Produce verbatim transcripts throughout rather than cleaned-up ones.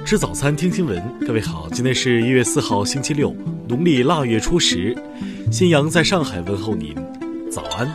吃早餐，听新闻。各位好，今天是一月四号，星期六，农历腊月初十。新阳在上海问候您，早安。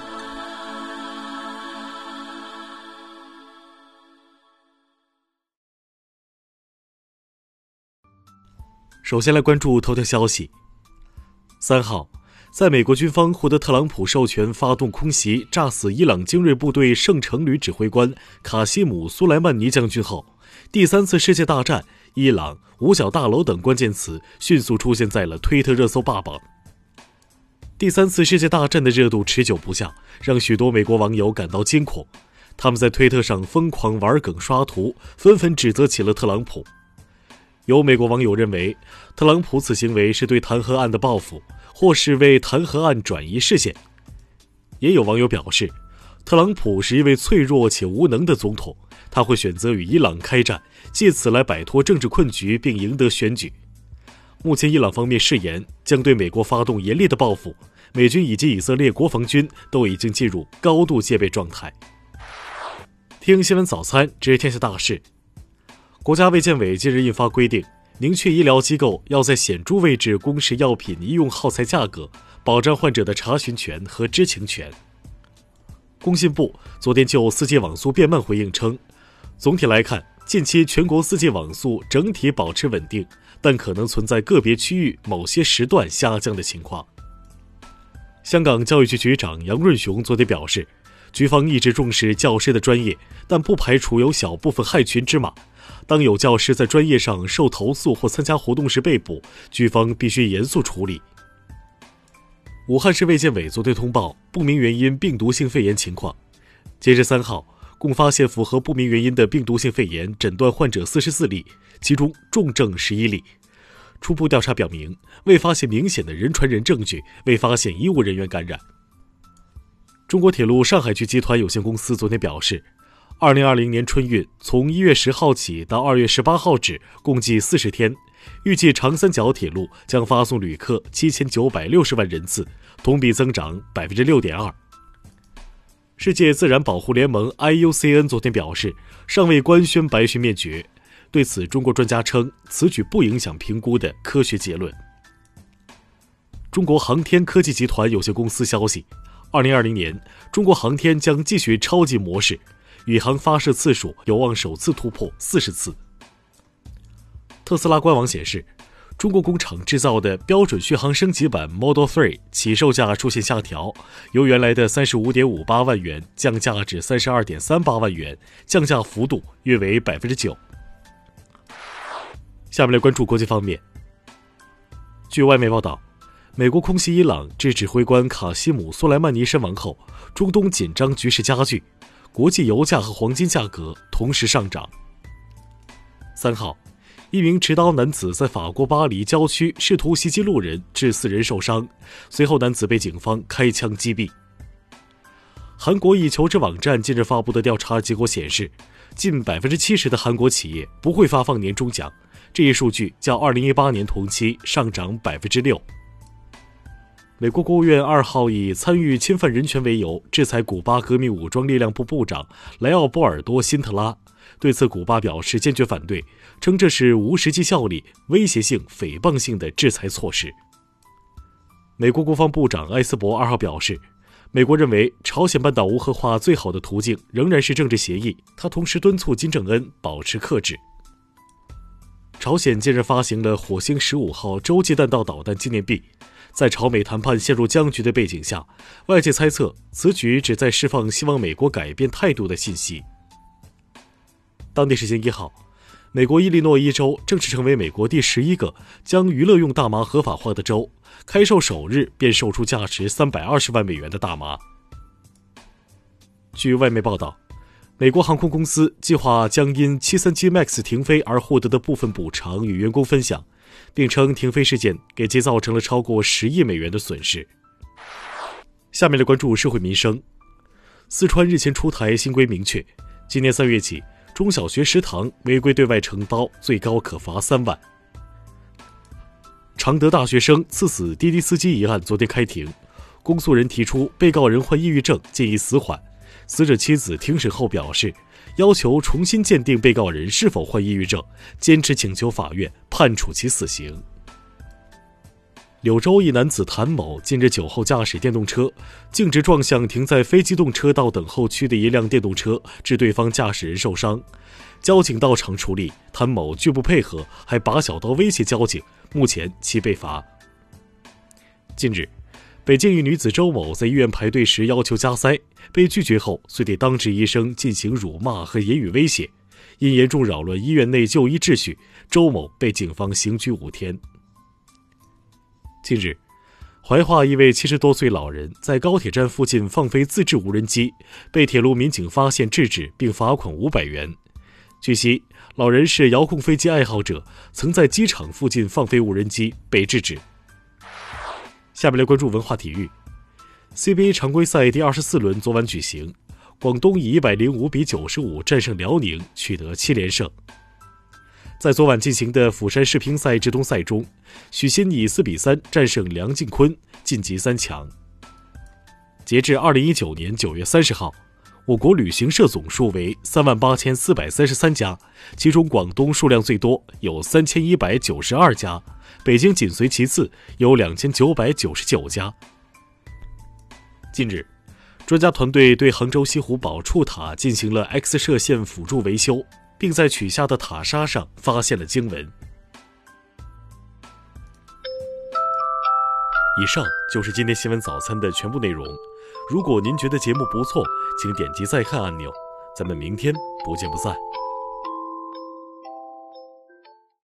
首先来关注头条消息。三号，在美国军方获得特朗普授权发动空袭炸死伊朗精锐部队圣城旅指挥官卡西姆·苏莱曼尼将军后，第三次世界大战、伊朗、五角大楼等关键词迅速出现在了推特热搜霸榜。第三次世界大战的热度持久不下，让许多美国网友感到惊恐。他们在推特上疯狂玩梗刷图，纷纷指责起了特朗普。有美国网友认为，特朗普此行为是对弹劾案的报复，或是为弹劾案转移视线。也有网友表示，特朗普是一位脆弱且无能的总统，他会选择与伊朗开战，借此来摆脱政治困局并赢得选举。目前伊朗方面誓言将对美国发动严厉的报复，美军以及以色列国防军都已经进入高度戒备状态。听新闻早餐，知天下大事。国家卫健委近日印发规定，明确医疗机构要在显著位置公示药品医用耗材价格，保障患者的查询权和知情权。工信部昨天就 四 G 网速变慢回应称，总体来看，近期全国 四 G 网速整体保持稳定，但可能存在个别区域某些时段下降的情况。香港教育局局长杨润雄昨天表示，局方一直重视教师的专业，但不排除有小部分害群之马。当有教师在专业上受投诉或参加活动时被捕，局方必须严肃处理。武汉市卫健委昨天通报不明原因病毒性肺炎情况。截至三号，共发现符合不明原因的病毒性肺炎诊断患者四十四例，其中重症十一例。初步调查表明，未发现明显的人传人证据，未发现医务人员感染。中国铁路上海局集团有限公司昨天表示，二零二零年春运从一月十号起到二月十八号止，共计四十天，预计长三角铁路将发送旅客七千九百六十万人次，同比增长 百分之六点二。世界自然保护联盟 I U C N 昨天表示，尚未官宣白鲟灭绝。对此，中国专家称，此举不影响评估的科学结论。中国航天科技集团有限公司消息，二零二零年，中国航天将继续超级模式，宇航发射次数有望首次突破四十次。特斯拉官网显示，中国工厂制造的标准续航升级版 Model 三起售价出现下调，由原来的 三十五点五八万元降价至 三十二点三八万元，降价幅度约为 百分之九。 下面来关注国际方面。据外媒报道，美国空袭伊朗致指挥官卡西姆·苏莱曼尼身亡后，中东紧张局势加剧，国际油价和黄金价格同时上涨。三号，一名持刀男子在法国巴黎郊区试图袭击路人，致四人受伤，随后男子被警方开枪击毙。韩国一求职网站近日发布的调查结果显示，近 百分之七十 的韩国企业不会发放年终奖，这一数据较二零一八年同期上涨 百分之六。美国国务院二号以参与侵犯人权为由，制裁古巴革命武装力量部部长莱奥波尔多·辛特拉。对此，古巴表示坚决反对，称这是无实际效力、威胁性、诽谤性的制裁措施。美国国防部长埃斯珀二号表示，美国认为朝鲜半岛无核化最好的途径仍然是政治协议，他同时敦促金正恩保持克制。朝鲜近日发行了火星十五号洲际弹道导弹纪念币。在朝美谈判陷入僵局的背景下，外界猜测此举旨在释放希望美国改变态度的信息。当地时间一号，美国伊利诺伊州正式成为美国第十一个将娱乐用大麻合法化的州，开售首日便售出价值三百二十万美元的大麻。据外媒报道，美国航空公司计划将因七三七 MAX 停飞而获得的部分补偿与员工分享，并称停飞事件给其造成了超过十亿美元的损失。下面来关注社会民生。四川日前出台新规，明确今年三月起，中小学食堂违规对外承包，最高可罚三万。常德大学生刺死滴滴司机一案昨天开庭，公诉人提出被告人患抑郁症，建议死缓。 死者妻子庭审后表示，要求重新鉴定被告人是否患抑郁症，坚持请求法院判处其死刑。柳州一男子谭某近日酒后驾驶电动车，径直撞向停在非机动车道等候区的一辆电动车，致对方驾驶人受伤。交警到场处理，谭某拒不配合，还拔小刀威胁交警，目前其被罚。近日，北京一女子周某在医院排队时要求加塞，被拒绝后，遂对当值医生进行辱骂和言语威胁，因严重扰乱医院内就医秩序，周某被警方刑拘五天。近日，怀化一位七十多岁老人在高铁站附近放飞自制无人机，被铁路民警发现制止并罚款五百元。据悉，老人是遥控飞机爱好者，曾在机场附近放飞无人机被制止。下面来关注文化体育。C B A 常规赛第二十四轮昨晚举行，广东以一百零五比九十五战胜辽宁，取得七连胜。在昨晚进行的釜山世乒赛至东赛中，许昕以四比三战胜梁靖昆，晋级三强。截至二零一九年九月三十号，我国旅行社总数为三万八千四百三十三家，其中广东数量最多，有三千一百九十二家，北京紧随其次，有两千九百九十九家。近日，专家团队对杭州西湖宝柱塔进行了 X 射线辅助维修，并在取下的塔刹上发现了经文。以上就是今天新闻早餐的全部内容。如果您觉得节目不错，请点击再看按钮。咱们明天不见不散。